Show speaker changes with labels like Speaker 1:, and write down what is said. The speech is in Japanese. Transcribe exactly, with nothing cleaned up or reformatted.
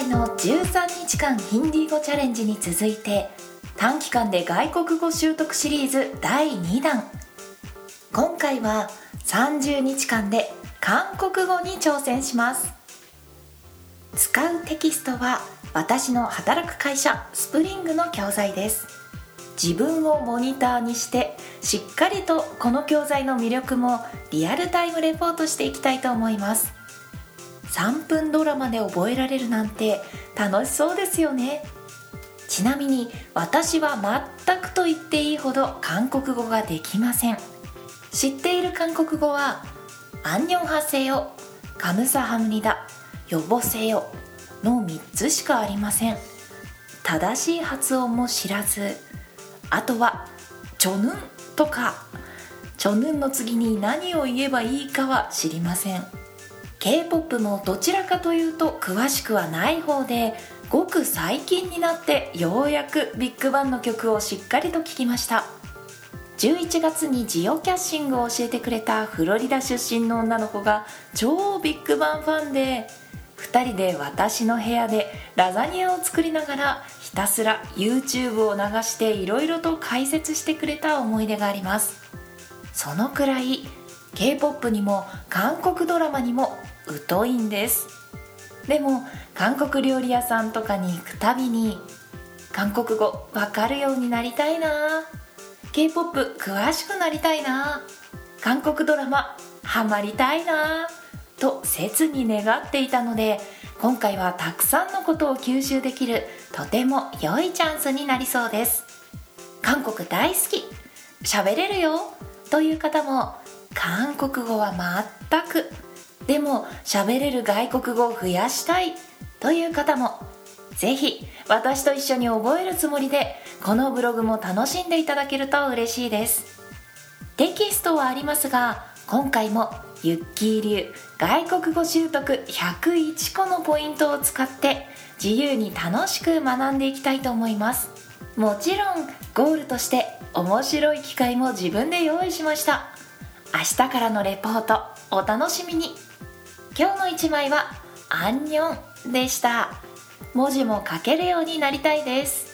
Speaker 1: のじゅうさんにちかんヒンディー語チャレンジに続いて、短期間で外国語習得シリーズだいにだん。今回はさんじゅうにちかんで韓国語に挑戦します。使うテキストは私の働く会社スプリングの教材です。自分をモニターにしてしっかりとこの教材の魅力もリアルタイムレポートしていきたいと思います。さんぷんドラマで覚えられるなんて楽しそうですよね。ちなみに私は全くと言っていいほど韓国語ができません。知っている韓国語はアンニョンハセヨ、カムサハムニダ、ヨボセヨのみっつしかありません。正しい発音も知らず、あとはチョヌンとかチョヌンの次に何を言えばいいかは知りません。 K-ポップ もどちらかというと詳しくはない方で、ごく最近になってようやくビッグバンの曲をしっかりと聴きました。じゅういちがつにジオキャッシングを教えてくれたフロリダ出身の女の子が超ビッグバンファンで、ふたりで私の部屋でラザニアを作りながらひたすら YouTube を流していろいろと解説してくれた思い出があります。そのくらい K-ポップ にも韓国ドラマにも疎いんです。でも韓国料理屋さんとかに行くたびに、韓国語わかるようになりたいな、 K-ポップ 詳しくなりたいな、韓国ドラマハマりたいなと切に願っていたので、今回はたくさんのことを吸収できるとても良いチャンスになりそうです。韓国大好き、喋れるよという方も、韓国語は全くでも喋れる外国語を増やしたいという方も、ぜひ私と一緒に覚えるつもりでこのブログも楽しんでいただけると嬉しいです。テキストはありますが、今回もユッキー流外国語習得ひゃくいちこのポイントを使って自由に楽しく学んでいきたいと思います。もちろんゴールとして面白い機会も自分で用意しました。明日からのレポートお楽しみに。今日のいちまいはアンニョンでした。文字も書けるようになりたいです。